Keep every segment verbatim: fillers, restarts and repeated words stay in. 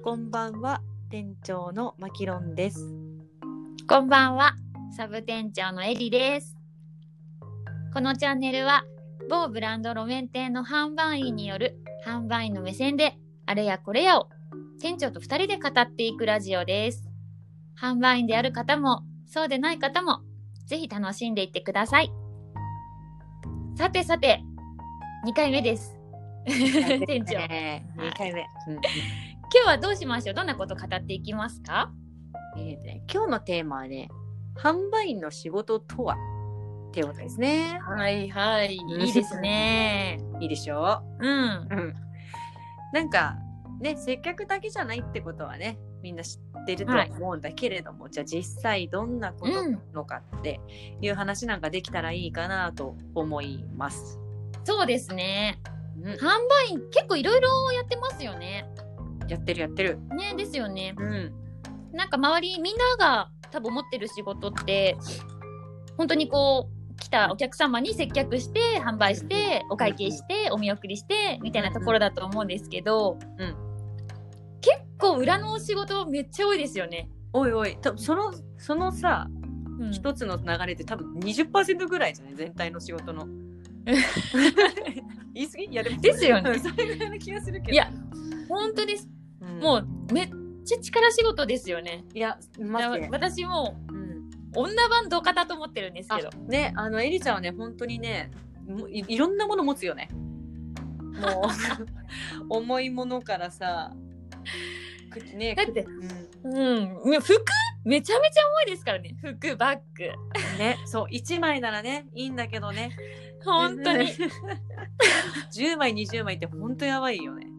こんばんは、店長のマキロンです。 こんばんは、サブ店長のエリです。このチャンネルは某ブランド路面店の販売員による販売員の目線であれやこれやを店長とふたりで語っていくラジオです。販売員である方もそうでない方もぜひ楽しんでいってください。さてさてにかいめです。店長、 ね、にかいめ、うん、 今日はどうしましょう。どんなこと語っていきますか？ えーね、今日のテーマはね、販売員の仕事とはっていうことですね。 はいはい、いいですね。 いいでしょう。うん。うん。 なんかね、接客だけじゃないってことはね、みんな知ってるとは思うんだけれども、はい、じゃあ実際どんなことなのかっていう話なんかできたらいいかなと思います。 そうですね。うん、販売員結構いろいろやってますよね。 やってるやってる。 ね、ですよね。 うん。 なんか周りみんなが多分思ってる仕事って本当にこう来たお客様に接客して販売してお会計してお見送りしてみたいなところだと思うんですけど、うん、結構裏のお仕事めっちゃ多いですよね。 おいおい、そのそのさ、うん、一つの流れって多分 にじゅっパーセント ぐらいじゃない全体の仕事の。言い過ぎ？いやでもですよね。 それぐらいの気がするけど。 いや本当です、うん、もうめっちゃ力仕事ですよね。 いやマジで私も、うん、女版同化だと思ってるんですけどね。あのエリちゃんはね本当にね い, いろんなもの持つよね。もう重いものからさね、だって、うんうん、服めちゃめちゃ重いですからね。服バッグね、そういちまいならねいいんだけどね本当にじゅうまいにじゅうまいって本当やばいよね。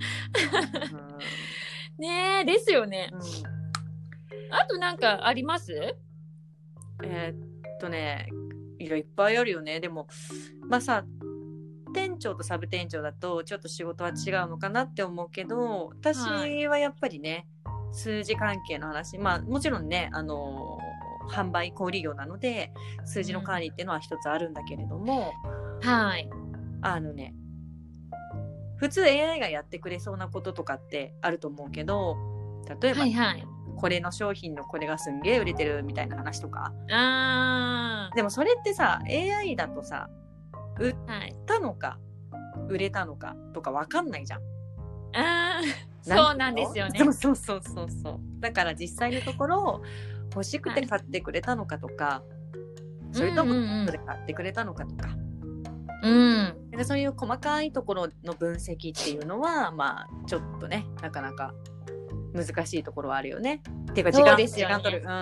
うん、ねえですよね、うん、あとなんかあります？ えー、っとねいっぱいあるよね。でもまあさ店長とサブ店長だとちょっと仕事は違うのかなって思うけど、私はやっぱりね、はい、数字関係の話、まあもちろんねあの販売小売業なので数字の管理っていうのは一つあるんだけれども、 うん、はいあのね普通 エーアイ がやってくれそうなこととかってあると思うけど、例えば、 はいはい、 これの商品のこれがすんげえ売れてるみたいな話とか。 あでもそれってさ エーアイ だとさ売ったのか、はい、売れたのかとか分かんないじゃん。 あそうなんですよね。 そうそうそうそうそうだから実際のところ欲しくて買ってくれたのかとか、はい、それともそれ買ってくれたのかとか、 うん、 でそういう細かいところの分析っていうのはまあちょっとねなかなか難しいところはあるよね。っていうか時間、 ですよね、 時間取る、うん、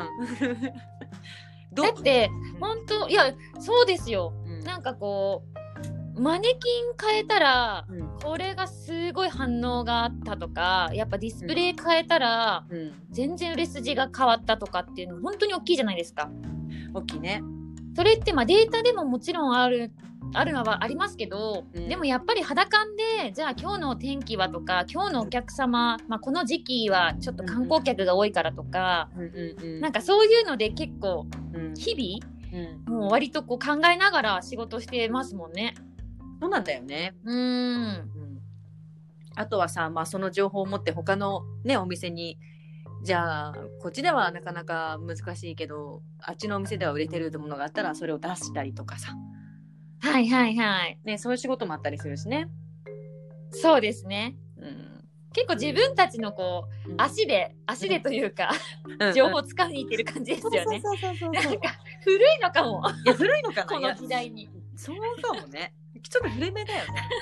だって本当いやそうですよ、うん、なんかこうマネキン変えたら、うん、これがすごい反応があったとかやっぱディスプレイ変えたら、うん、全然売れ筋が変わったとかっていうの本当に大きいじゃないですか。 大きいね。 それってまあデータでももちろんあるあるのはありますけど、うん、でもやっぱり肌感でじゃあ今日の天気はとか今日のお客様、まあ、この時期はちょっと観光客が多いからとか、うんうん、なんかそういうので結構日々、うん、もう割とこう考えながら仕事してますもんね。 そうなんだよね。 うん、うん、 あとはさ、まあ、その情報を持って他の、ね、お店にじゃあこっちではなかなか難しいけどあっちのお店では売れてるものがあったらそれを出したりとかさ。 はいはいはいね、そういう仕事もあったりするしね。 そうですね、うん、結構自分たちのこう、うん、足で足でというか、うん、情報を使いに行ってる感じですよね。なんか古いのかも。 いや古いのかなこの時代に。 そうかもね。ちょっと古めだよね。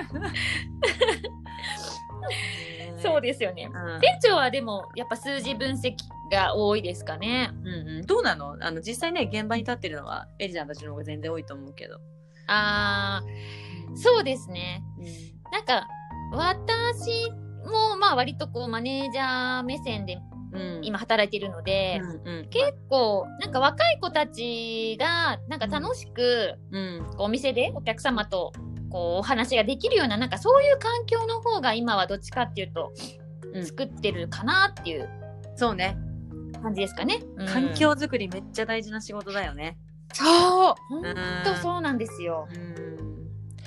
そうですよね、うん、店長はでもやっぱ数字分析が多いですかね。 うんうん、どうなの？あの実際ね現場に立ってるのはエリちゃんたちの方が全然多いと思うけど。 あーそうですね、うん、なんか私もまあ割とこうマネージャー目線で今働いているので、うんうん、結構なんか若い子たちがなんか楽しく、うん、お店でお客様とこうお話ができるようななんかそういう環境の方が今はどっちかっていうと、うん、作ってるかなっていうそうね感じですかね、 うん、環境づくりめっちゃ大事な仕事だよね。 そう本当そうなんですよ。 うん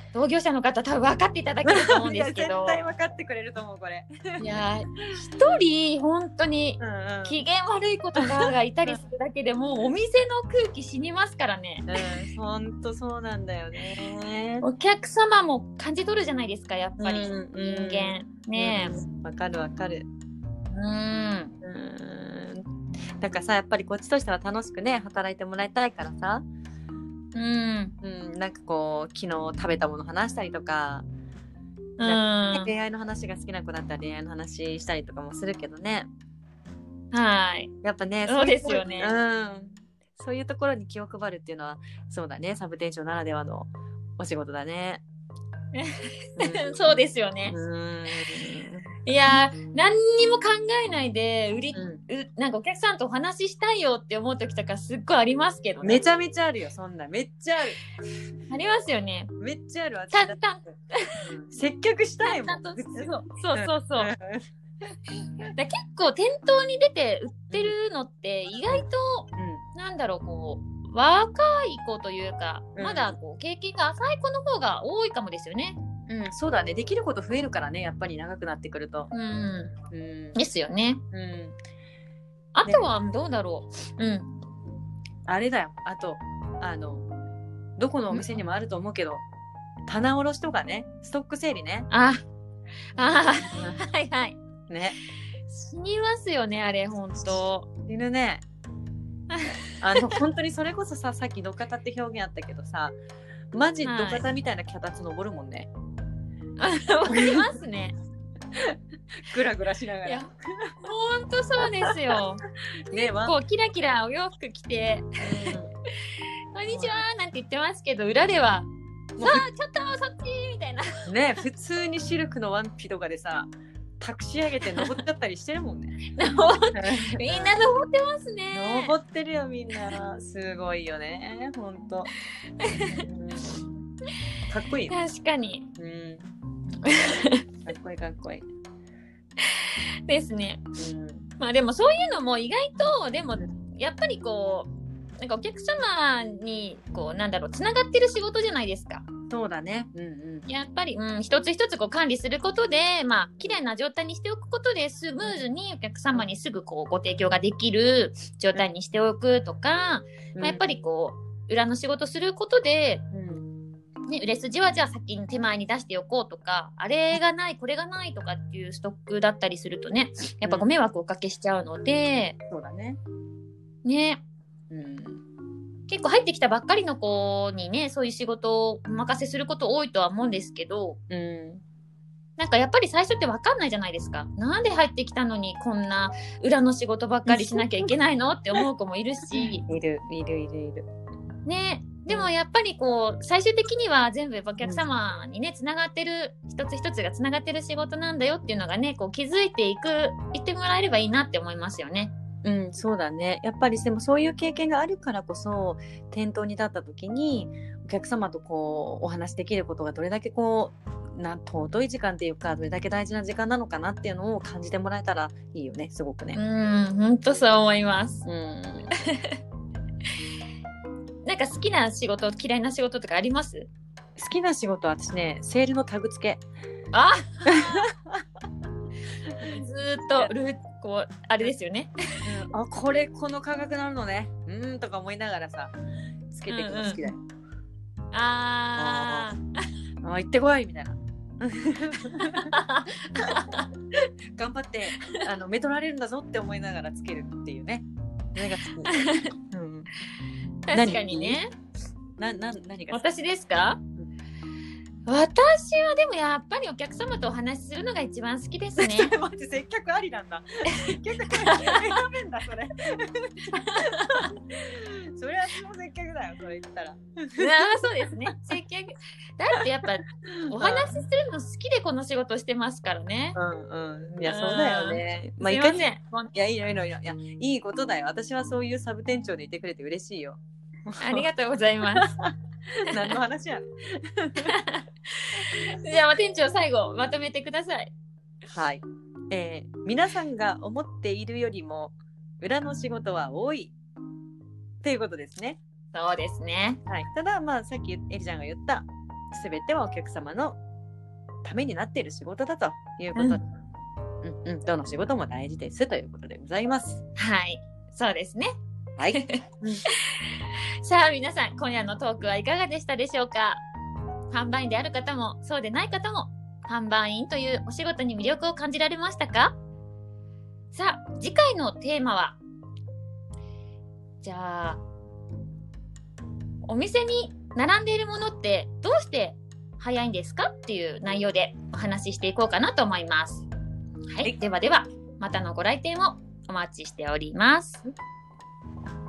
同業者の方多分分かっていただけると思うんですけどいや絶対分かってくれると思うこれ。 いや一人本当にうんうん、 機嫌悪い子とかがいたりするだけでもうお店の空気死にますからね。 うん、ほんとそうなんだよね。 お客様も感じ取るじゃないですかやっぱり、 うん人間ねえ。 わ、うん、かるわかる。 うんうんだからさやっぱりこっちとしては楽しくね働いてもらいたいからさ、 うんうん、なんかこう昨日食べたもの話したりとか、 うんなんか恋愛の話が好きな子だったら恋愛の話したりとかもするけどね。 はいやっぱねそうですよね。 うん、そういうところに気を配るっていうのはそうだねサブ店長ならではのお仕事だね。 うん、そうですよね。 うんいや何にも考えないで売り、 うん、 うなんかお客さんとお話ししたいよって思う時とかすっごいありますけどね。 めちゃめちゃあるよそんなめっちゃある。 ありますよね。 めっちゃある私たたうん接客したいもん。 そうそうそうそう。 うんだ結構店頭に出て売ってるのって意外と、 うなんだろうこう若い子というか、 うんまだこう経験が浅い子の方が多いかもですよね。 ん、うん、そうだねできること増えるからねやっぱり長くなってくると。 うん、 うんですよね。 うん、 あとはどうだろう。うん。 あれだよあとあのどこのお店にもあると思うけど棚卸しとかねストック整理ね。 あ、あ、はいはい。 ね死にますよねあれ本当。 死ぬね。あの本当にそれこそささっき土方って表現あったけどさマジ土方みたいな脚立登るもんね。 わかりますね。 グラグラしながら。 いや本当そうですよ。 ねわこうキラキラお洋服着て「こんにちは」なんて言ってますけど裏では「さあちょっとそっち」みたいな。 ね普通にシルクのワンピとかでさタクシー上げて登っちゃったりしてるもんね。 みんな登ってますね。 登ってるよみんなすごいよねほんと、うん、かっこいいよ、 確かにうん、かっこいいかっこいい、 ですね。 うん、 まあでもそういうのも意外とでもやっぱりこうなんかお客様にこうなんだろうつながってる仕事じゃないですか。 そうだね、うんうん、 やっぱり、うん、一つ一つこう管理することでまあ綺麗な状態にしておくことでスムーズにお客様にすぐこうご提供ができる状態にしておくとか、まあ、やっぱりこう裏の仕事することで、 うんね、売れ筋はじゃあ先に手前に出しておこうとかあれがないこれがないとかっていうストックだったりするとねやっぱご迷惑をおかけしちゃうので、 そうだね、 ね、 うん結構入ってきたばっかりの子にねそういう仕事をお任せすること多いとは思うんですけど、 うんなんかやっぱり最初って分かんないじゃないですか。なんで入ってきたのにこんな裏の仕事ばっかりしなきゃいけないのって思う子もいるしいるいるいるいる、 ね。でもやっぱりこう最終的には全部お客様にねつながってる一つ一つがつながってる仕事なんだよっていうのがねこう気づいていく言ってもらえればいいなって思いますよね。 うん、そうだね。やっぱりでもそういう経験があるからこそ店頭に立った時にお客様とこうお話できることがどれだけこうな尊い時間っていうかどれだけ大事な時間なのかなっていうのを感じてもらえたらいいよねすごくね。 うん本当そう思います。 うんなんか好きな仕事嫌いな仕事とかあります？ 好きな仕事は私ねセールのタグ付け。 あずーっとルーこうあれですよね。 うん、あこれこの価格なのねうーんとか思いながらさつけていくの好きだよ。 うんうん、ああ行ってこいみたいな頑張ってあの目取られるんだぞって思いながらつけるっていうねそれが好き、うん、 確かにね。 なな何が私ですか？私はでもやっぱりお客様とお話しするのが一番好きですね。 それマジ接客ありなんだ。接客選べんだそれ。それは私も接客だよそれ言ったら。 あそうですね接客。だってやっぱお話しするの好きでこの仕事してますからね。 うんうんいやそうだよね。 まあ、すいません。いやいいよいいよいいよいやいいことだよ。私はそういうサブ店長でいてくれて嬉しいよ。 ありがとうございます。 何の話やねん。 じゃあ店長最後まとめてください。 はい、えー、皆さんが思っているよりも裏の仕事は多いということですね。 そうですね。 はい、ただまあさっきエリちゃんが言った全てはお客様のためになっている仕事だということで、うんうんうん、どの仕事も大事ですということでございます。 はい、そうですね。 はい。 さあ皆さん、今夜のトークはいかがでしたでしょうか。販売員である方もそうでない方も、販売員というお仕事に魅力を感じられましたか？さあ次回のテーマは、じゃあお店に並んでいるものってどうして早いんですかっていう内容でお話ししていこうかなと思います。はい、はい、ではではまたのご来店をお待ちしております。